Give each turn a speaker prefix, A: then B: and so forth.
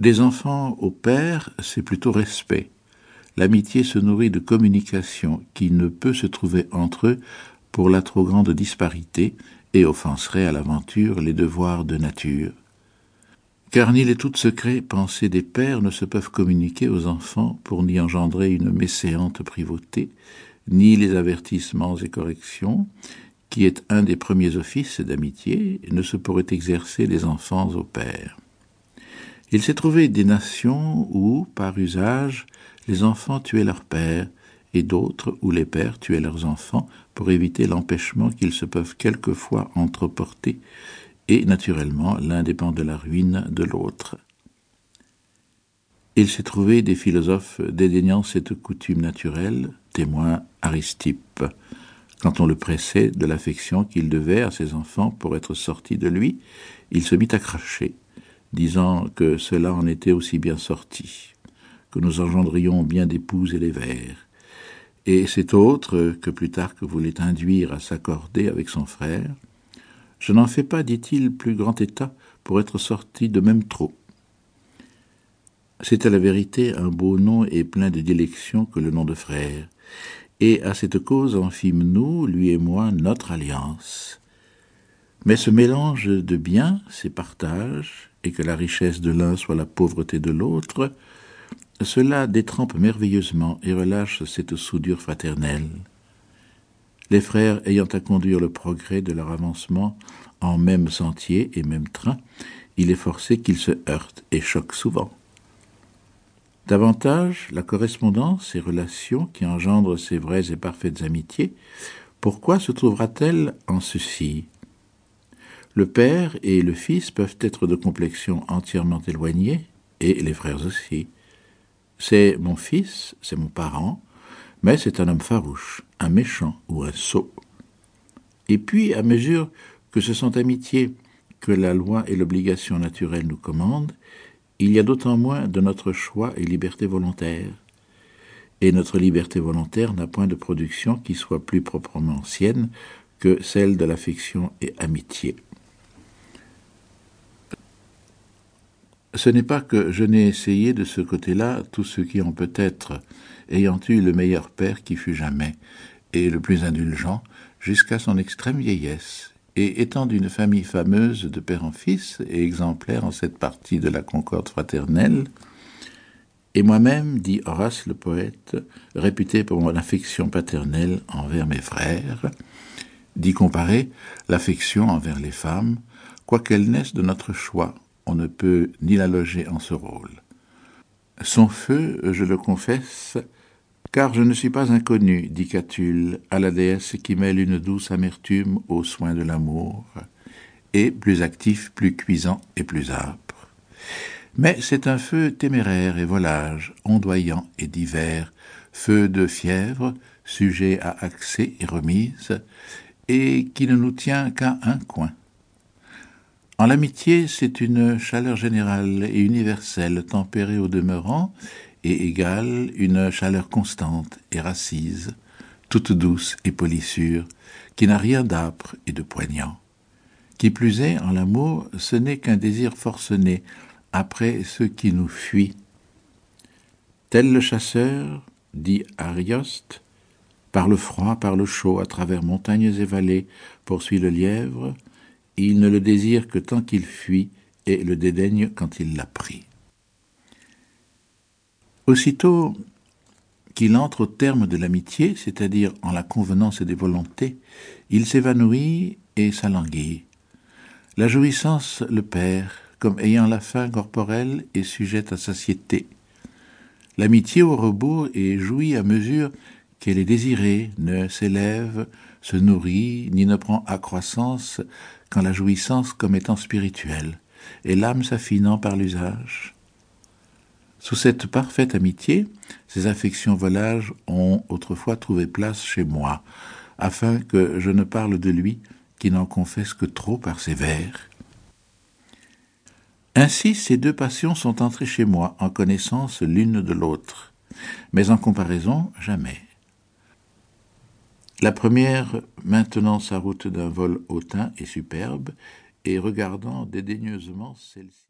A: Des enfants au père, c'est plutôt respect. L'amitié se nourrit de communication qui ne peut se trouver entre eux pour la trop grande disparité et offenserait à l'aventure les devoirs de nature. Car ni les toutes secrets pensées des pères ne se peuvent communiquer aux enfants pour n'y engendrer une méséante privauté, ni les avertissements et corrections, qui est un des premiers offices d'amitié, ne se pourraient exercer les enfants aux pères. Il s'est trouvé des nations où, par usage, les enfants tuaient leurs pères, et d'autres où les pères tuaient leurs enfants pour éviter l'empêchement qu'ils se peuvent quelquefois entreporter, et naturellement l'un dépend de la ruine de l'autre. Il s'est trouvé des philosophes dédaignant cette coutume naturelle, témoin Aristippe. Quand on le pressait de l'affection qu'il devait à ses enfants pour être sorti de lui, il se mit à cracher, disant que cela en était aussi bien sorti, que nous engendrions bien d'épouses et les vers. Et cet autre, que Plutarque voulait induire à s'accorder avec son frère, je n'en fais pas, dit-il, plus grand état pour être sorti de même trop. C'est à la vérité un beau nom et plein de délection que le nom de frère, et à cette cause en fîmes-nous, lui et moi, notre alliance. Mais ce mélange de biens, ces partages, et que la richesse de l'un soit la pauvreté de l'autre, cela détrempe merveilleusement et relâche cette soudure fraternelle. Les frères ayant à conduire le progrès de leur avancement en même sentier et même train, il est forcé qu'ils se heurtent et choquent souvent. Davantage, la correspondance et relations qui engendrent ces vraies et parfaites amitiés, pourquoi se trouvera-t-elle en ceci ? Le père et le fils peuvent être de complexion entièrement éloignée, et les frères aussi. C'est mon fils, c'est mon parent, mais c'est un homme farouche, un méchant ou un sot. Et puis, à mesure que ce sont amitiés que la loi et l'obligation naturelle nous commandent, il y a d'autant moins de notre choix et liberté volontaire. Et notre liberté volontaire n'a point de production qui soit plus proprement sienne que celle de l'affection et amitié. Ce n'est pas que je n'ai essayé de ce côté-là tous ceux qui ont peut-être, ayant eu le meilleur père qui fut jamais, et le plus indulgent, jusqu'à son extrême vieillesse, et étant d'une famille fameuse de père en fils et exemplaire en cette partie de la concorde fraternelle, et moi-même, dit Horace le poète, réputé pour mon affection paternelle envers mes frères, d'y comparer l'affection envers les femmes, quoiqu'elle naisse de notre choix, on ne peut ni la loger en ce rôle. Son feu, je le confesse, car je ne suis pas inconnu, dit Catulle, à la déesse qui mêle une douce amertume aux soins de l'amour, et plus actif, plus cuisant et plus âpre. Mais c'est un feu téméraire et volage, ondoyant et divers, feu de fièvre, sujet à accès et remise, et qui ne nous tient qu'à un coin. En l'amitié, c'est une chaleur générale et universelle, tempérée au demeurant, et égale une chaleur constante et racise, toute douce et polissure, qui n'a rien d'âpre et de poignant. Qui plus est, en l'amour, ce n'est qu'un désir forcené après ce qui nous fuit. Tel le chasseur, dit Arioste, par le froid, par le chaud, à travers montagnes et vallées, poursuit le lièvre, il ne le désire que tant qu'il fuit et le dédaigne quand il l'a pris. Aussitôt qu'il entre au terme de l'amitié, c'est-à-dire en la convenance des volontés, il s'évanouit et s'alanguit. La jouissance le perd, comme ayant la faim corporelle et sujette à satiété. L'amitié au rebours est jouie à mesure qu'elle est désirée, ne s'élève, se nourrit, ni ne prend accroissance quand la jouissance comme étant spirituelle, et l'âme s'affinant par l'usage. Sous cette parfaite amitié, ces affections volages ont autrefois trouvé place chez moi, afin que je ne parle de lui qui n'en confesse que trop par ses vers. Ainsi, ces deux passions sont entrées chez moi en connaissance l'une de l'autre, mais en comparaison, jamais. La première, maintenant sa route d'un vol hautain et superbe, et regardant dédaigneusement celle-ci.